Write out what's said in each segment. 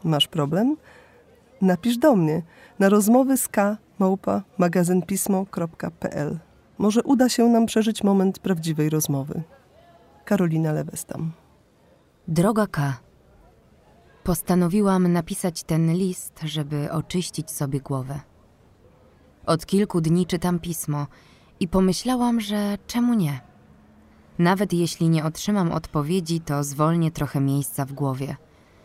Masz problem? Napisz do mnie na rozmowy@magazynpismo.pl. Może uda się nam przeżyć moment prawdziwej rozmowy. Karolina Lewestam. Droga K. Postanowiłam napisać ten list, żeby oczyścić sobie głowę. Od kilku dni czytam pismo i pomyślałam, że czemu nie? Nawet jeśli nie otrzymam odpowiedzi, to zwolnię trochę miejsca w głowie.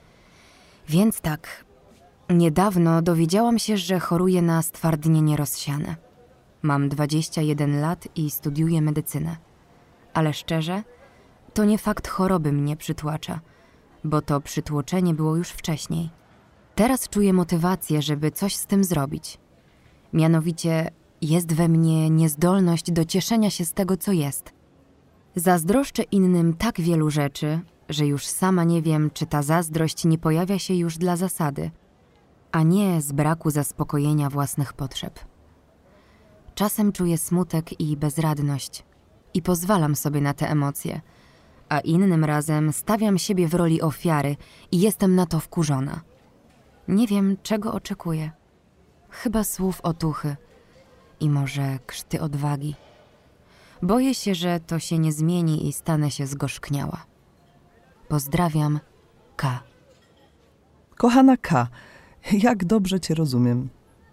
Więc tak, niedawno dowiedziałam się, że choruję na stwardnienie rozsiane. Mam 21 lat i studiuję medycynę. Ale szczerze, to nie fakt choroby mnie przytłacza, bo to przytłoczenie było już wcześniej. Teraz czuję motywację, żeby coś z tym zrobić. Mianowicie jest we mnie niezdolność do cieszenia się z tego, co jest. Zazdroszczę innym tak wielu rzeczy, że już sama nie wiem, czy ta zazdrość nie pojawia się już dla zasady, a nie z braku zaspokojenia własnych potrzeb. Czasem czuję smutek i bezradność i pozwalam sobie na te emocje, a innym razem stawiam siebie w roli ofiary i jestem na to wkurzona. Nie wiem, czego oczekuję. Chyba słów otuchy i może krzty odwagi. Boję się, że to się nie zmieni i stanę się zgorzkniała. Pozdrawiam, K. Kochana K, jak dobrze Cię rozumiem.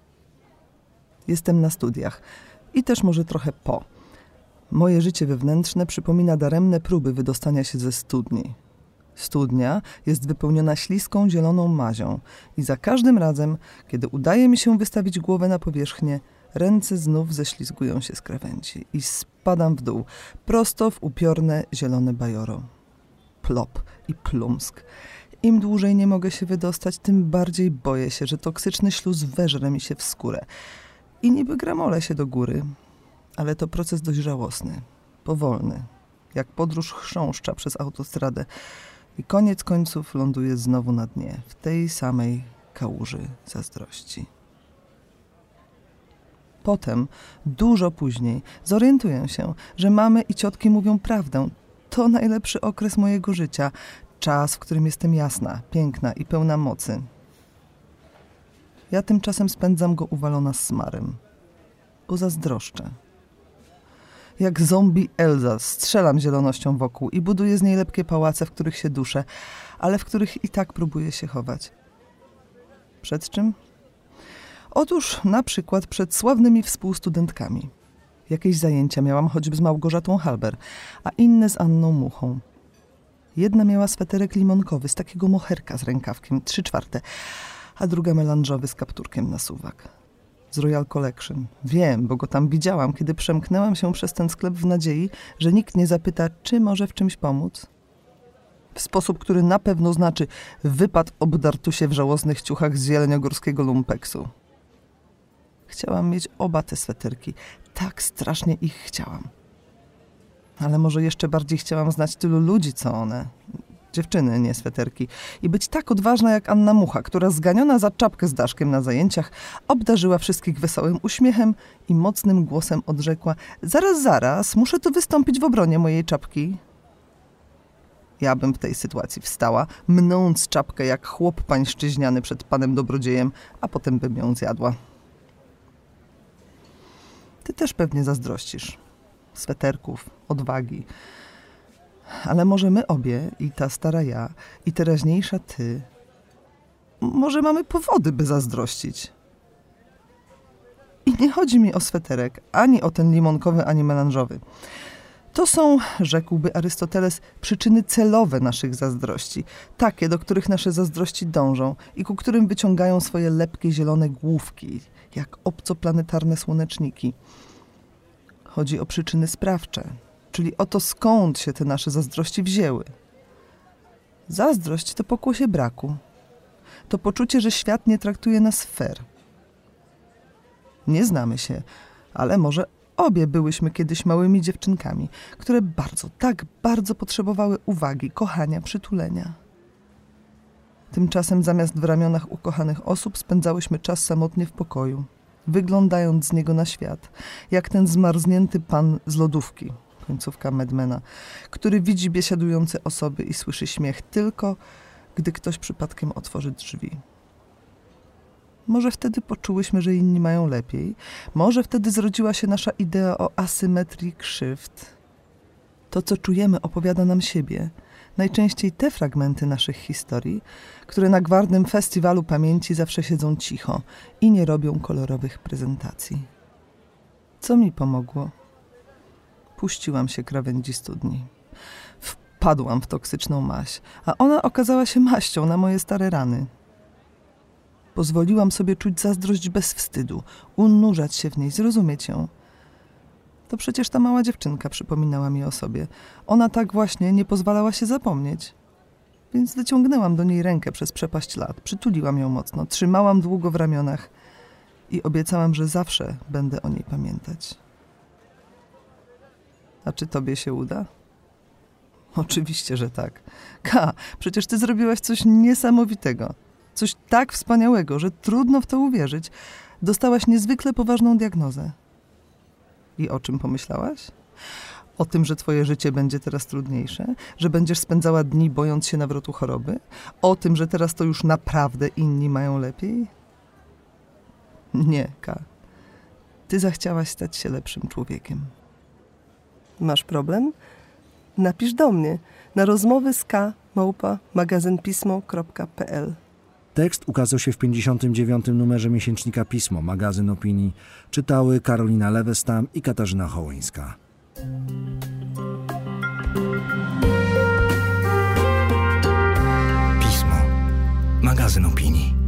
Jestem na studiach i też może trochę po. Moje życie wewnętrzne przypomina daremne próby wydostania się ze studni. Studnia jest wypełniona śliską, zieloną mazią i za każdym razem, kiedy udaje mi się wystawić głowę na powierzchnię, ręce znów ześlizgują się z krawędzi i spadam w dół, prosto w upiorne, zielone bajoro. Plop i plumsk. Im dłużej nie mogę się wydostać, tym bardziej boję się, że toksyczny śluz weżre mi się w skórę. I niby gramolę się do góry, ale to proces dość żałosny, powolny, jak podróż chrząszcza przez autostradę i koniec końców ląduję znowu na dnie, w tej samej kałuży zazdrości. Potem, dużo później, zorientuję się, że mamy i ciotki mówią prawdę. To najlepszy okres mojego życia, czas, w którym jestem jasna, piękna i pełna mocy. Ja tymczasem spędzam go uwalona smarem, bo zazdroszczę. Jak zombie Elza strzelam zielonością wokół i buduję z niej lepkie pałace, w których się duszę, ale w których i tak próbuję się chować. Przed czym? Otóż na przykład przed sławnymi współstudentkami. Jakieś zajęcia miałam choćby z Małgorzatą Halber, a inne z Anną Muchą. Jedna miała sweterek limonkowy z takiego moherka z rękawkiem 3/4, a druga melanżowy z kapturkiem na suwak. Z Royal Collection. Wiem, bo go tam widziałam, kiedy przemknęłam się przez ten sklep w nadziei, że nikt nie zapyta, czy może w czymś pomóc. W sposób, który na pewno znaczy wypad obdartusie w żałosnych ciuchach z jeleniogórskiego lumpeksu. Chciałam mieć oba te sweterki. Tak strasznie ich chciałam. Ale może jeszcze bardziej chciałam znać tylu ludzi, co one. Dziewczyny, nie sweterki. I być tak odważna jak Anna Mucha, która zganiona za czapkę z daszkiem na zajęciach obdarzyła wszystkich wesołym uśmiechem i mocnym głosem odrzekła: zaraz, muszę tu wystąpić w obronie mojej czapki. Ja bym w tej sytuacji wstała, mnąc czapkę jak chłop pańszczyźniany przed panem dobrodziejem, a potem bym ją zjadła. Ty też pewnie zazdrościsz. Sweterków, odwagi. Ale może my obie, i ta stara ja, i teraźniejsza ty, może mamy powody, by zazdrościć. I nie chodzi mi o sweterek, ani o ten limonkowy, ani melanżowy. To są, rzekłby Arystoteles, przyczyny celowe naszych zazdrości. Takie, do których nasze zazdrości dążą i ku którym wyciągają swoje lepkie zielone główki, jak obcoplanetarne słoneczniki. Chodzi o przyczyny sprawcze, czyli o to, skąd się te nasze zazdrości wzięły. Zazdrość to pokłosie braku. To poczucie, że świat nie traktuje nas fair. Nie znamy się, ale może obie byłyśmy kiedyś małymi dziewczynkami, które tak bardzo potrzebowały uwagi, kochania, przytulenia. Tymczasem zamiast w ramionach ukochanych osób spędzałyśmy czas samotnie w pokoju, wyglądając z niego na świat, jak ten zmarznięty pan z lodówki, końcówka Madmana, który widzi biesiadujące osoby i słyszy śmiech tylko, gdy ktoś przypadkiem otworzy drzwi. Może wtedy poczułyśmy, że inni mają lepiej. Może wtedy zrodziła się nasza idea o asymetrii krzywd. To, co czujemy, opowiada nam siebie. Najczęściej te fragmenty naszych historii, które na Gwardnym Festiwalu Pamięci zawsze siedzą cicho i nie robią kolorowych prezentacji. Co mi pomogło? Puściłam się krawędzi studni. Wpadłam w toksyczną maź, a ona okazała się maścią na moje stare rany. Pozwoliłam sobie czuć zazdrość bez wstydu, unurzać się w niej, zrozumieć ją. To przecież ta mała dziewczynka przypominała mi o sobie. Ona tak właśnie nie pozwalała się zapomnieć. Więc wyciągnęłam do niej rękę przez przepaść lat, przytuliłam ją mocno, trzymałam długo w ramionach i obiecałam, że zawsze będę o niej pamiętać. A czy tobie się uda? Oczywiście, że tak. Przecież ty zrobiłaś coś niesamowitego. Coś tak wspaniałego, że trudno w to uwierzyć. Dostałaś niezwykle poważną diagnozę. I o czym pomyślałaś? O tym, że twoje życie będzie teraz trudniejsze? Że będziesz spędzała dni bojąc się nawrotu choroby? O tym, że teraz to już naprawdę inni mają lepiej? Nie, Ty zachciałaś stać się lepszym człowiekiem. Masz problem? Napisz do mnie na rozmowy@magazynpismo.pl. Tekst ukazał się w 59. numerze miesięcznika Pismo, magazyn opinii. Czytały Karolina Lewestam i Katarzyna Hołyńska. Pismo, magazyn opinii.